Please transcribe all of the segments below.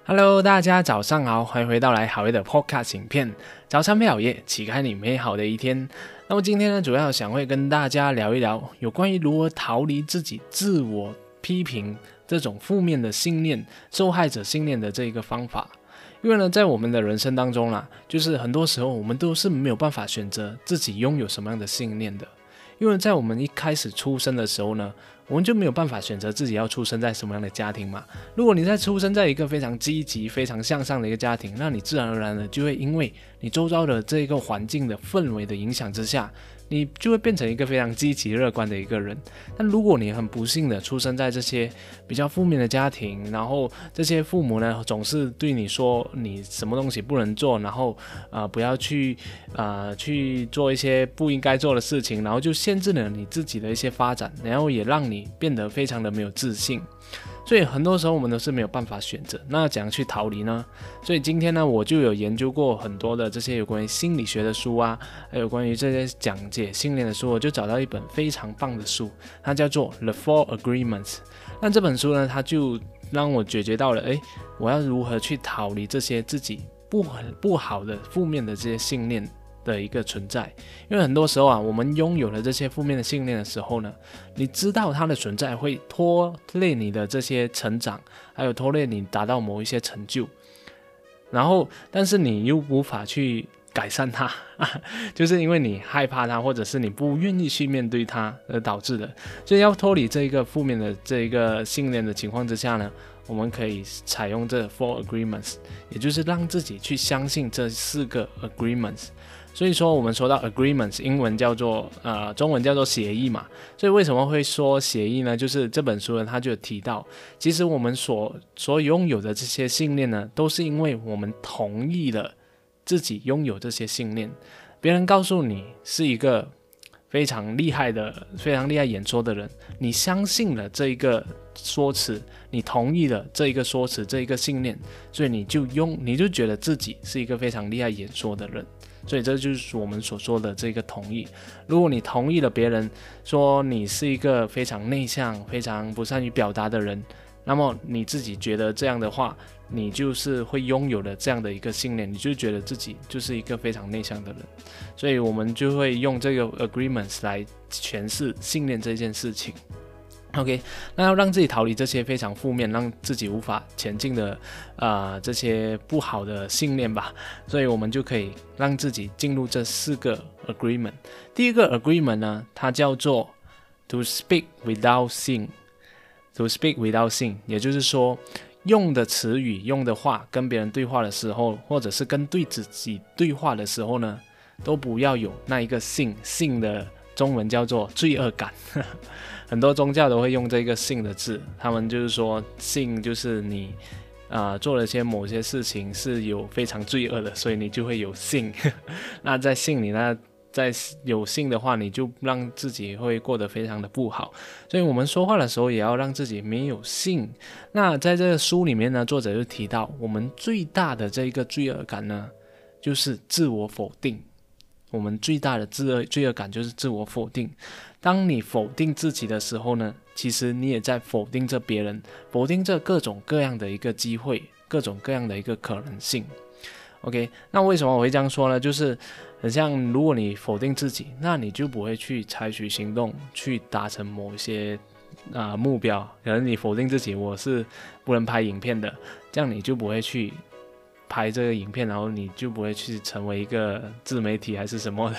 Hello， 大家早上好，欢迎回到来好业的 Podcast 影片。早餐配好业，启开你美好的一天。那么今天呢，主要想会跟大家聊一聊有关于如何逃离自己自我批评这种负面的信念、受害者信念的这一个方法。因为呢，在我们的人生当中啦，就是很多时候我们都是没有办法选择自己拥有什么样的信念的。因为在我们一开始出生的时候呢，我们就没有办法选择自己要出生在什么样的家庭嘛。如果你在出生在一个非常积极、非常向上的一个家庭，那你自然而然的就会因为你周遭的这个环境的氛围的影响之下，你就会变成一个非常积极乐观的一个人。但如果你很不幸的出生在这些比较负面的家庭，然后这些父母呢总是对你说你什么东西不能做，然后不要去做一些不应该做的事情，然后就限制了你自己的一些发展，然后也让你变得非常的没有自信。所以很多时候我们都是没有办法选择，那怎样去逃离呢？所以今天呢，我就有研究过很多的这些有关于心理学的书啊，还有关于这些讲解信念的书，我就找到一本非常棒的书，它叫做 The Four Agreements。 那这本书呢，它就让我解决到了我要如何去逃离这些自己不好的负面的这些信念的一个存在。因为很多时候啊，我们拥有了这些负面的信念的时候呢，你知道它的存在会拖累你的这些成长，还有拖累你达到某一些成就，然后但是你又无法去改善它就是因为你害怕它，或者是你不愿意去面对它而导致的。所以要脱离这一个负面的这一个信念的情况之下呢，我们可以采用这 Four Agreements， 也就是让自己去相信这4个 Agreements。所以说我们说到 agreements， 英文叫做中文叫做协议嘛。所以为什么会说协议呢？就是这本书呢，它就有提到，其实我们所拥有的这些信念呢，都是因为我们同意了自己拥有这些信念。别人告诉你是一个非常厉害演说的人，你相信了这一个说辞，你同意了这一个说辞，这一个信念，所以你就觉得自己是一个非常厉害演说的人。所以这就是我们所说的这个同意。如果你同意了别人说你是一个非常内向、非常不善于表达的人，那么你自己觉得这样的话，你就是会拥有了这样的一个信念，你就觉得自己就是一个非常内向的人。所以我们就会用这个 agreements 来诠释信念这件事情。OK， 那要让自己逃离这些非常负面、让自己无法前进的这些不好的信念吧，所以我们就可以让自己进入这4个 agreement。 第一个 agreement 呢，它叫做 to speak without sin。 to speak without sin 也就是说，用的词语、用的话跟别人对话的时候，或者是跟自己对话的时候呢，都不要有那一个sin的中文叫做罪恶感很多宗教都会用这个sin的字，他们就是说sin就是你做了某些事情是有非常罪恶的，所以你就会有sin 那在sin里呢，在有sin的话，你就让自己会过得非常的不好。所以我们说话的时候也要让自己没有sin。那在这个书里面呢，作者就提到我们最大的这一个罪恶感呢，就是自我否定。我们最大的罪恶感就是自我否定。当你否定自己的时候呢，其实你也在否定着别人，否定着各种各样的一个机会，各种各样的一个可能性。OK， 那为什么我会这样说呢？就是很像如果你否定自己，那你就不会去采取行动去达成某一些目标。可能你否定自己，我是不能拍影片的，这样你就不会去拍这个影片，然后你就不会去成为一个自媒体还是什么的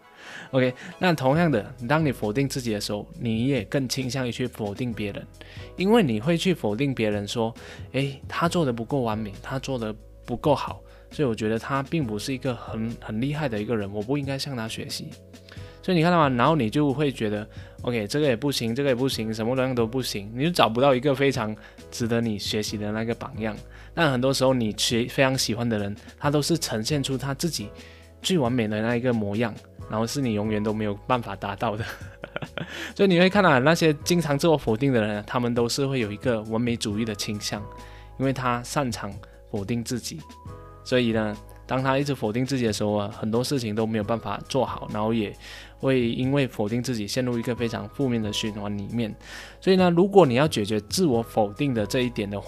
OK， 那同样的，当你否定自己的时候，你也更倾向于去否定别人，因为你会去否定别人说他做的不够完美，他做的不够好，所以我觉得他并不是一个很厉害的一个人，我不应该向他学习。所以你看到吗？然后你就会觉得 OK， 这个也不行，这个也不行，什么样都不行，你就找不到一个非常值得你学习的那个榜样。但很多时候你非常喜欢的人，他都是呈现出他自己最完美的那一个模样，然后是你永远都没有办法达到的所以你会看到那些经常自我否定的人，他们都是会有一个完美主义的倾向，因为他擅长否定自己。所以呢，当他一直否定自己的时候很多事情都没有办法做好，然后也会因为否定自己陷入一个非常负面的循环里面。所以呢，如果你要解决自我否定的这一点的话，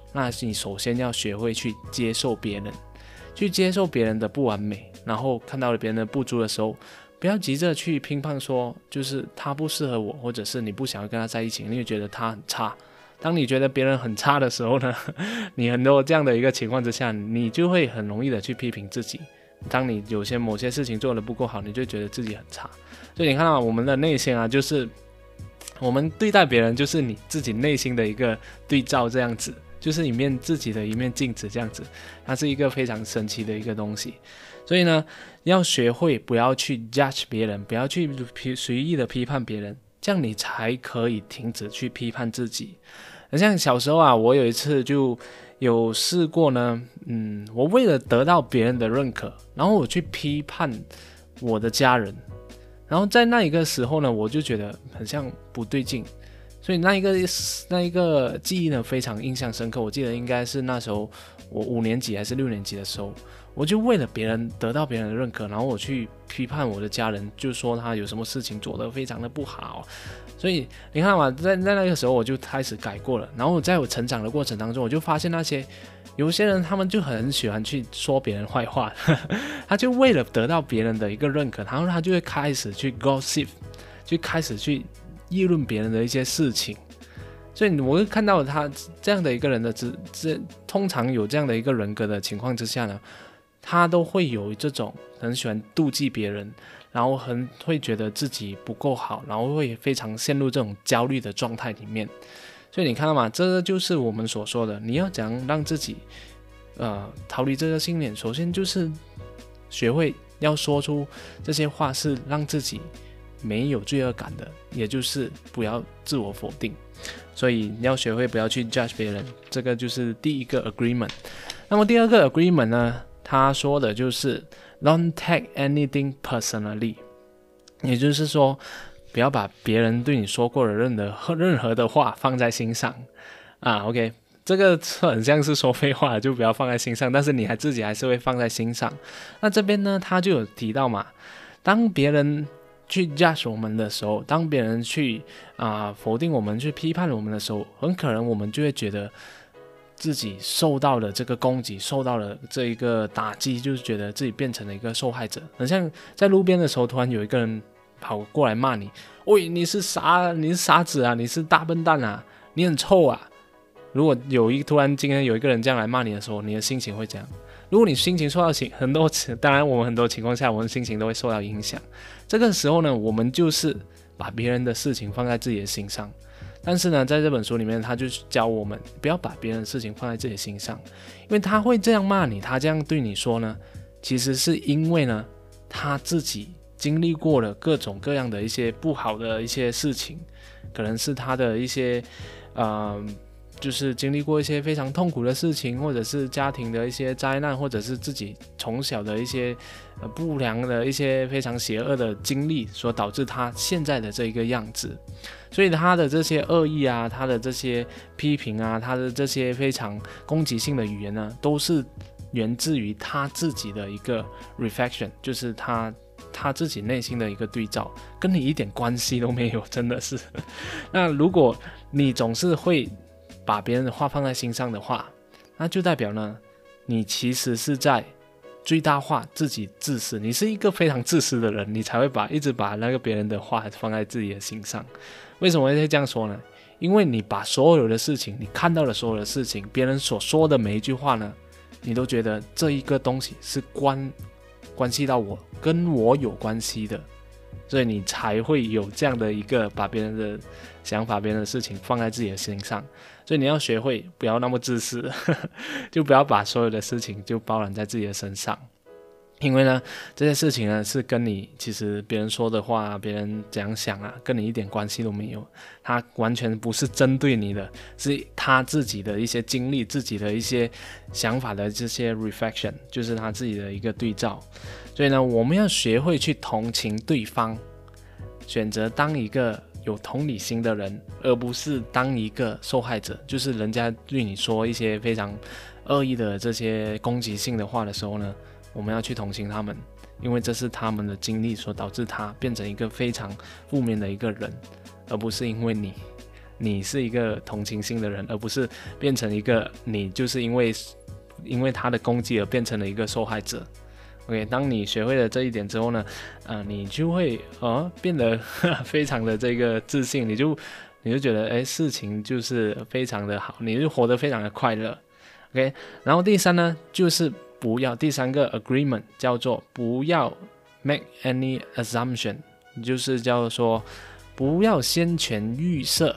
那你首先要学会去接受别人，去接受别人的不完美，然后看到了别人的不足的时候，不要急着去评判说就是他不适合我，或者是你不想要跟他在一起，你会觉得他很差。当你觉得别人很差的时候呢，你很多这样的一个情况之下，你就会很容易的去批评自己。当你某些事情做得不够好，你就觉得自己很差。所以你看到我们的内心啊，就是我们对待别人就是你自己内心的一个对照，这样子，就是自己的一面镜子，这样子，它是一个非常神奇的一个东西。所以呢，要学会不要去 judge 别人，不要去随意的批判别人，这样你才可以停止去批判自己。像小时候啊，我有一次就有试过呢，我为了得到别人的认可，然后我去批判我的家人，然后在那一个时候呢，我就觉得很像不对劲，所以那一个记忆呢非常印象深刻。我记得应该是那时候我5年级还是6年级的时候，我就为了得到别人的认可，然后我去批判我的家人，就说他有什么事情做得非常的不好。所以你看嘛，在那个时候我就开始改过了。然后在我成长的过程当中，我就发现有些人他们就很喜欢去说别人坏话，他就为了得到别人的一个认可，然后他就会开始去 gossip， 就开始去议论别人的一些事情。所以我会看到他这样的一个人的通常有这样的一个人格的情况之下呢，他都会有这种很喜欢妒忌别人，然后会觉得自己不够好，然后会非常陷入这种焦虑的状态里面。所以你看到吗？这就是我们所说的，你要怎样让自己逃离这个信念，首先就是学会要说出这些话是让自己没有罪恶感的，也就是不要自我否定。所以你要学会不要去 judge 别人，这个就是第一个 agreement。 那么第二个 agreement 呢，他说的就是 Don't take anything personally， 也就是说不要把别人对你说过的任何的话放在心上OK， 这个很像是说废话，就不要放在心上，但是你自己还是会放在心上。那这边呢，他就有提到嘛，当别人去 judge 我们的时候，当别人去否定我们，去批判我们的时候，很可能我们就会觉得自己受到了这个攻击，受到了这一个打击，就是觉得自己变成了一个受害者。很像在路边的时候，突然有一个人跑过来骂你，喂，你是傻子啊，你是大笨蛋啊，你很臭啊。如果突然今天有一个人这样来骂你的时候，你的心情会怎样？如果你心情受到当然我们很多情况下我们心情都会受到影响。这个时候呢，我们就是把别人的事情放在自己的心上。但是呢，在这本书里面，他就教我们不要把别人的事情放在自己的心上，因为他会这样骂你，他这样对你说呢，其实是因为呢，他自己经历过了各种各样的一些不好的一些事情，可能是他的一些就是经历过一些非常痛苦的事情，或者是家庭的一些灾难，或者是自己从小的一些不良的一些非常邪恶的经历，所导致他现在的这一个样子。所以他的这些恶意啊，他的这些批评啊，他的这些非常攻击性的语言呢，都是源自于他自己的一个 reflection， 就是他自己内心的一个对照，跟你一点关系都没有，真的是。那如果你总是会把别人的话放在心上的话，那就代表呢，你其实是在最大化自己自私，你是一个非常自私的人，你才会一直把那个别人的话放在自己的心上。为什么会这样说呢？因为你把所有的事情，你看到的所有的事情，别人所说的每一句话呢，你都觉得这一个东西是关系到我，跟我有关系的，所以你才会有这样的一个把别人的想法、别人的事情放在自己的心上。所以你要学会不要那么自私，就不要把所有的事情就包揽在自己的身上。因为呢，这些事情呢是跟你其实别人说的话，别人怎样想啊，跟你一点关系都没有。他完全不是针对你的，是他自己的一些经历、自己的一些想法的这些 reflection， 就是他自己的一个对照。所以呢，我们要学会去同情对方，选择当一个有同理心的人，而不是当一个受害者。就是人家对你说一些非常恶意的这些攻击性的话的时候呢，我们要去同情他们，因为这是他们的经历所导致他变成一个非常负面的一个人，而不是因为你。 你是一个同情心的人，而不是变成一个你就是因为他的攻击而变成了一个受害者。OK， 当你学会了这一点之后呢，你就会变得非常的这个自信，你就觉得事情就是非常的好，你就活得非常的快乐。OK， 然后第三呢，就是第三个 agreement 叫做不要 make any assumption， 就是叫做不要先前预设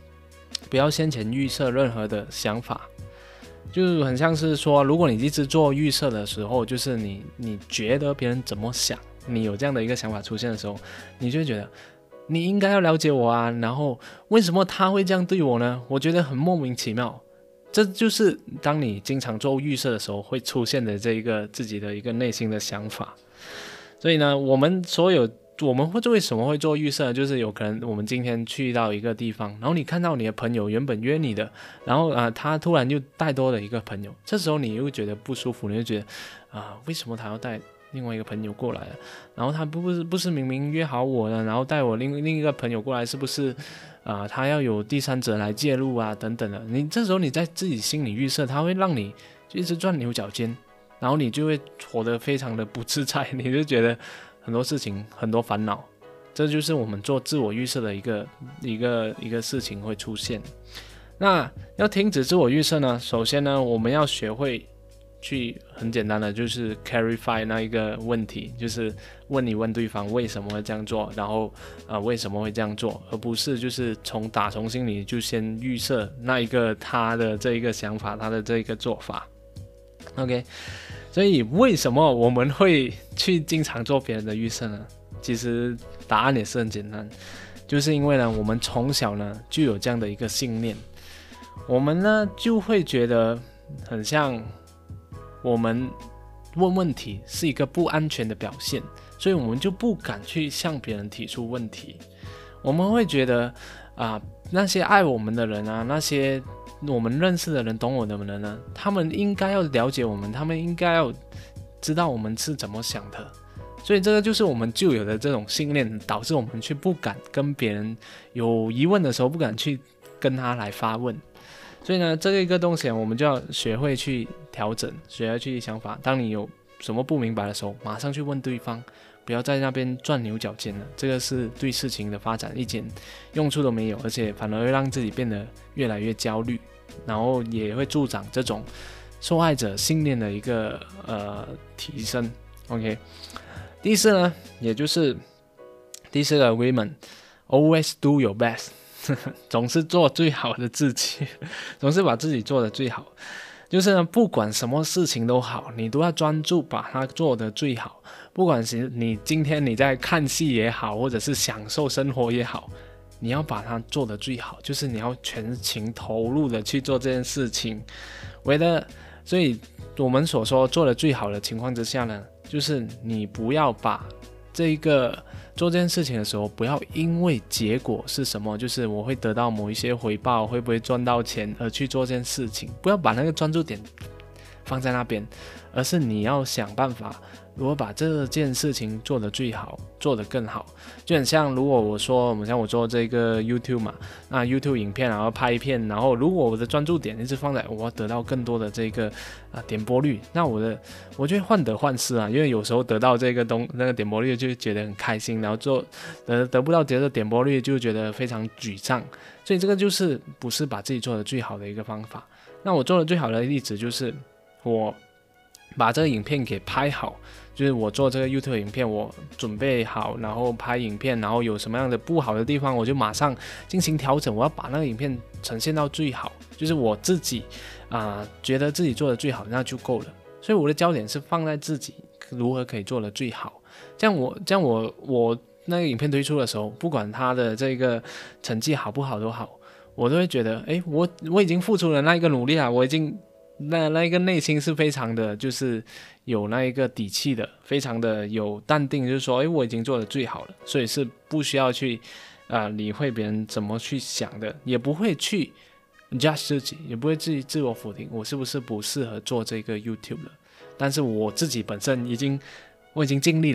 任何的想法。就很像是说，如果你一直做预设的时候，就是你觉得别人怎么想，你有这样的一个想法出现的时候，你就会觉得你应该要了解我啊，然后为什么他会这样对我呢？我觉得很莫名其妙。这就是当你经常做预设的时候会出现的这一个自己的一个内心的想法。所以呢，我们会为什么会做预设，就是有可能我们今天去到一个地方，然后你看到你的朋友原本约你的，然后他突然又带多了一个朋友，这时候你又觉得不舒服，你就觉得为什么他要带另外一个朋友过来了？然后他不是明明约好我了，然后带我另一个朋友过来，是不是他要有第三者来介入啊等等的？你这时候你在自己心里预设，他会让你就一直转牛角尖，然后你就会活得非常的不自在，你就觉得很多事情很多烦恼。这就是我们做自我预设的一个事情会出现。那要停止自我预设呢，首先呢，我们要学会去很简单的就是 clarify 那一个问题，就是问对方为什么会这样做，然后为什么会这样做，而不是就是打从心里就先预设那一个他的这一个想法，他的这一个做法。OK， 所以为什么我们会去经常做别人的预设呢？其实答案也是很简单，就是因为呢，我们从小呢就有这样的一个信念，我们呢就会觉得很像我们问问题是一个不安全的表现，所以我们就不敢去向别人提出问题。我们会觉得那些爱我们的人啊，那些我们认识的人懂我的人呢，他们应该要了解我们，他们应该要知道我们是怎么想的。所以这个就是我们旧有的这种信念，导致我们去不敢跟别人有疑问的时候不敢去跟他来发问。所以呢，这一个东西我们就要学会去调整，学会去想法。当你有什么不明白的时候，马上去问对方，不要在那边钻牛角尖了。这个是对事情的发展一点用处都没有，而且反而会让自己变得越来越焦虑，然后也会助长这种受害者信念的一个提升。OK， 第四呢，也就是第四个 agreement， always do your best 总是做最好的自己，总是把自己做得最好。就是呢，不管什么事情都好，你都要专注把它做得最好。不管是你今天你在看戏也好，或者是享受生活也好，你要把它做得最好，就是你要全情投入的去做这件事情。所以我们所说做得最好的情况之下呢，就是你不要把做这件事情的时候，不要因为结果是什么，就是我会得到某一些回报，会不会赚到钱而去做这件事情，不要把那个专注点放在那边，而是你要想办法如何把这件事情做得最好，做得更好。就很像如果我做这个 YouTube 嘛，那 YouTube 影片然后拍片，然后如果我的专注点一直放在我要得到更多的这个点播率，那我就会患得患失啊，因为有时候得到那个点播率就觉得很开心，然后得不到这个点播率就觉得非常沮丧，所以这个就是不是把自己做得最好的一个方法。那我做的最好的例子就是我把这个影片给拍好，就是我做这个 YouTube 影片，我准备好，然后拍影片，然后有什么样的不好的地方，我就马上进行调整，我要把那个影片呈现到最好，就是我自己觉得自己做的最好，那就够了。所以我的焦点是放在自己如何可以做的最好。这样我那个影片推出的时候，不管它的这个成绩好不好都好，我都会觉得，我已经付出了那一个努力啊，我已经那一个内心是非常的，就是有那一个底气的，非常的有淡定，就是说，我已经做得最好了，所以是不需要去理会别人怎么去想的，也不会去 judge 自己，也不会自我否定，我是不适合做这个 YouTube 了。但是我自己本身我已经尽力了，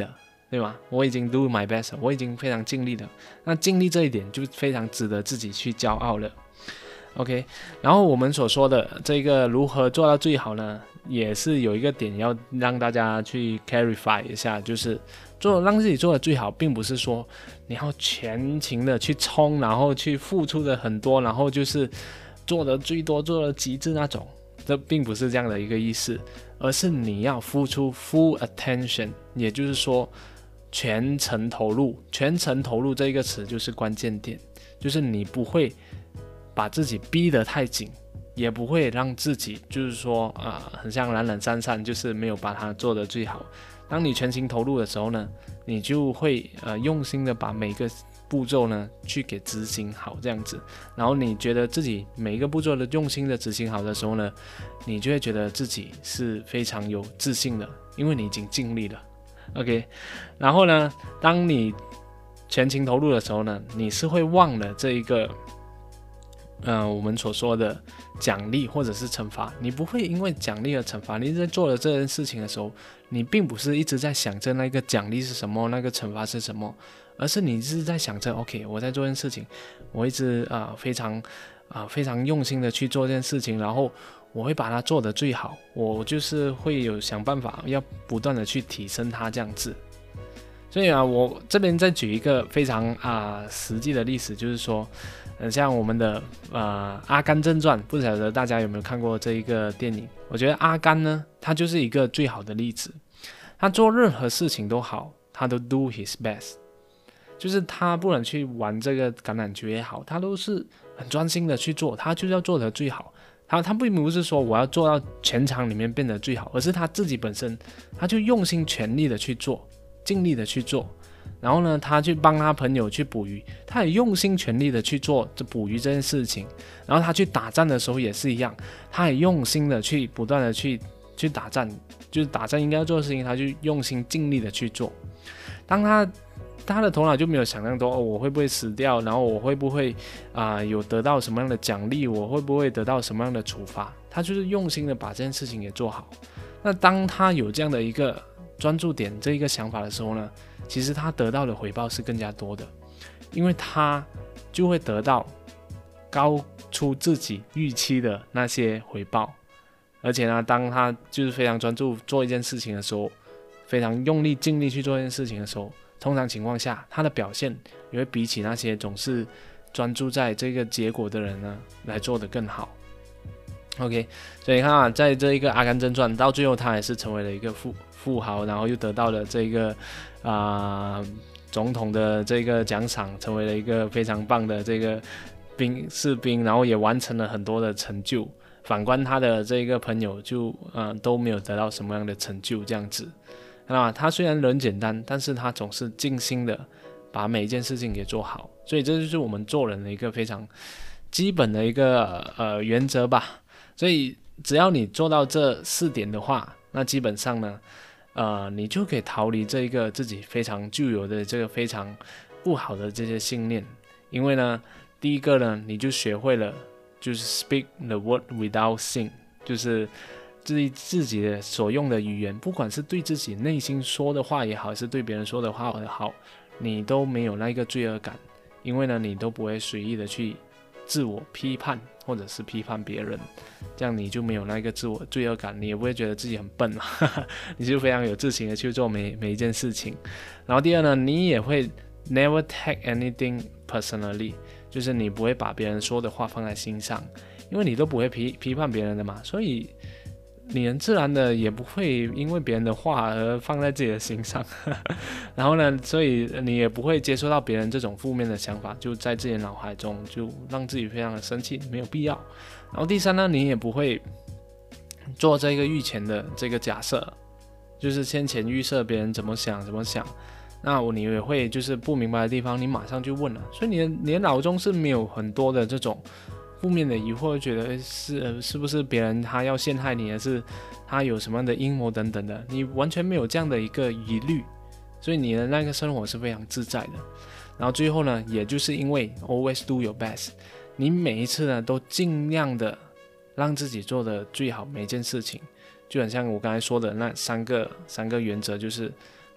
对吗？我已经 do my best 了，我已经非常尽力了。那尽力这一点就非常值得自己去骄傲了。OK， 然后我们所说的这个如何做到最好呢，也是有一个点要让大家去 clarify 一下，就是让自己做的最好，并不是说你要全情的去冲，然后去付出的很多，然后就是做的最多，做的极致那种，这并不是这样的一个意思，而是你要付出 full attention， 也就是说全程投入。全程投入这一个词就是关键点，就是你不会把自己逼得太紧，也不会让自己就是说很像懒懒散散，就是没有把它做得最好。当你全心投入的时候呢，你就会用心的把每个步骤呢去给执行好这样子，然后你觉得自己每一个步骤的用心的执行好的时候呢，你就会觉得自己是非常有自信的，因为你已经尽力了。OK， 然后呢，当你全情投入的时候呢，你是会忘了这一个我们所说的奖励或者是惩罚，你不会因为奖励和惩罚，你在做了这件事情的时候，你并不是一直在想着那个奖励是什么，那个惩罚是什么，而是你是在想着 OK， 我在做这件事情，我一直非常用心的去做这件事情，然后我会把它做得最好，我就是会有想办法要不断的去提升它这样子。所以我这边再举一个非常实际的例子，就是说像我们的阿甘正传，不晓得大家有没有看过这一个电影。我觉得阿甘呢，他就是一个最好的例子，他做任何事情都好，他都 do his best， 就是他不能去玩这个橄榄球也好，他都是很专心的去做，他就是要做得最好。他并不是说我要做到全场里面变得最好，而是他自己本身他就用心全力的去做，尽力的去做。然后呢，他去帮他朋友去捕鱼，他也用心全力的去做这捕鱼这件事情。然后他去打仗的时候也是一样，他也用心的去不断的去打仗，就是打仗应该要做的事情，他就用心尽力的去做。当他的头脑就没有想那么多，我会不会死掉，然后我会不会有得到什么样的奖励，我会不会得到什么样的处罚，他就是用心的把这件事情给做好。那当他有这样的一个专注点这一个想法的时候呢，其实他得到的回报是更加多的，因为他就会得到高出自己预期的那些回报。而且呢，当他就是非常专注做一件事情的时候，非常用力尽力去做一件事情的时候，通常情况下他的表现也会比起那些总是专注在这个结果的人呢来做得更好。OK， 所以你看在这一个阿甘正传到最后，他还是成为了一个富豪，然后又得到了这个总统的这个奖赏，成为了一个非常棒的这个士兵，然后也完成了很多的成就。反观他的这个朋友就都没有得到什么样的成就这样子。那他虽然人简单，但是他总是尽心的把每一件事情给做好。所以这就是我们做人的一个非常基本的一个原则吧。所以只要你做到这4点的话，那基本上呢你就可以逃离这一个自己非常具有的这个非常不好的这些信念。因为呢，第一个呢，你就学会了就是 speak the word without sin， 就是自己的所用的语言，不管是对自己内心说的话也好，是对别人说的话也好，你都没有那个罪恶感。因为呢，你都不会随意的去自我批判或者是批判别人，这样你就没有那个罪恶感，你也不会觉得自己很笨嘛你就非常有自信的去做每一件事情。然后第二呢，你也会 never take anything personally， 就是你不会把别人说的话放在心上，因为你都不会批判别人的嘛，所以你很自然的也不会因为别人的话而放在自己的心上然后呢，所以你也不会接受到别人这种负面的想法，就在自己的脑海中就让自己非常的生气，没有必要。然后第三呢，你也不会做这个预前的这个假设，就是先前预设别人怎么想，那你也会就是不明白的地方你马上就问了，所以你的脑中是没有很多的这种负面的疑惑，觉得是不是别人他要陷害你，还是他有什么样的阴谋等等的，你完全没有这样的一个疑虑，所以你的那个生活是非常自在的。然后最后呢，也就是因为 always do your best， 你每一次呢都尽量的让自己做的最好每一件事情，就很像我刚才说的那三个原则，就是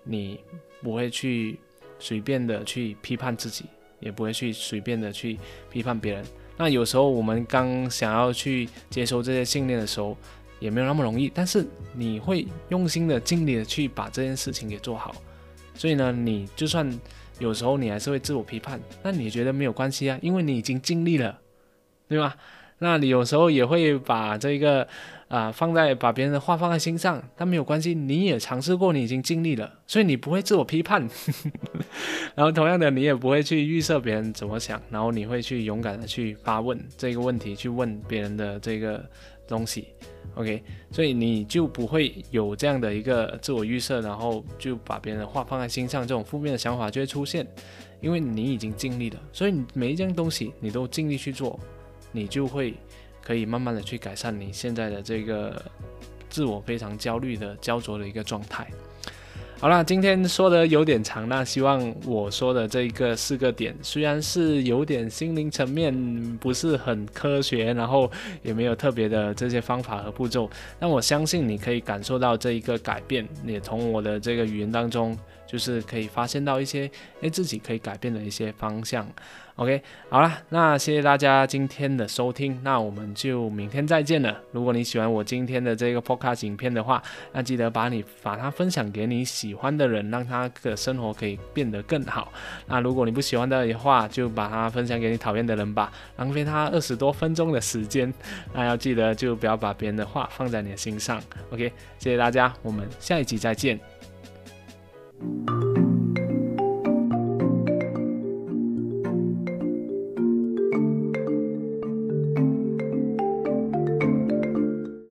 你不会去随便的去批判自己，也不会去随便的去批判别人。那有时候我们刚想要去接收这些信念的时候，也没有那么容易，但是你会用心的、尽力的去把这件事情给做好。所以呢，你就算有时候你还是会自我批判，那你觉得没有关系啊，因为你已经尽力了，对吧？那你有时候也会把这个把别人的话放在心上，但没有关系，你也尝试过，你已经尽力了，所以你不会自我批判。然后同样的，你也不会去预设别人怎么想，然后你会去勇敢的去发问这个问题，去问别人的这个东西。OK， 所以你就不会有这样的一个自我预设，然后就把别人的话放在心上，这种负面的想法就会出现，因为你已经尽力了，所以每一件东西你都尽力去做，你就会可以慢慢的去改善你现在的这个自我非常焦虑的焦灼的一个状态。好啦，今天说的有点长，那希望我说的这个4个点虽然是有点心灵层面，不是很科学，然后也没有特别的这些方法和步骤，但我相信你可以感受到这一个改变，也从我的这个语言当中就是可以发现到一些自己可以改变的一些方向。OK， 好啦，那谢谢大家今天的收听，那我们就明天再见了。如果你喜欢我今天的这个 podcast 影片的话，那记得把它分享给你喜欢的人，让他的生活可以变得更好。那如果你不喜欢的话，就把它分享给你讨厌的人吧，浪费他20多分钟的时间。那要记得就不要把别人的话放在你的心上。OK， 谢谢大家，我们下一集再见。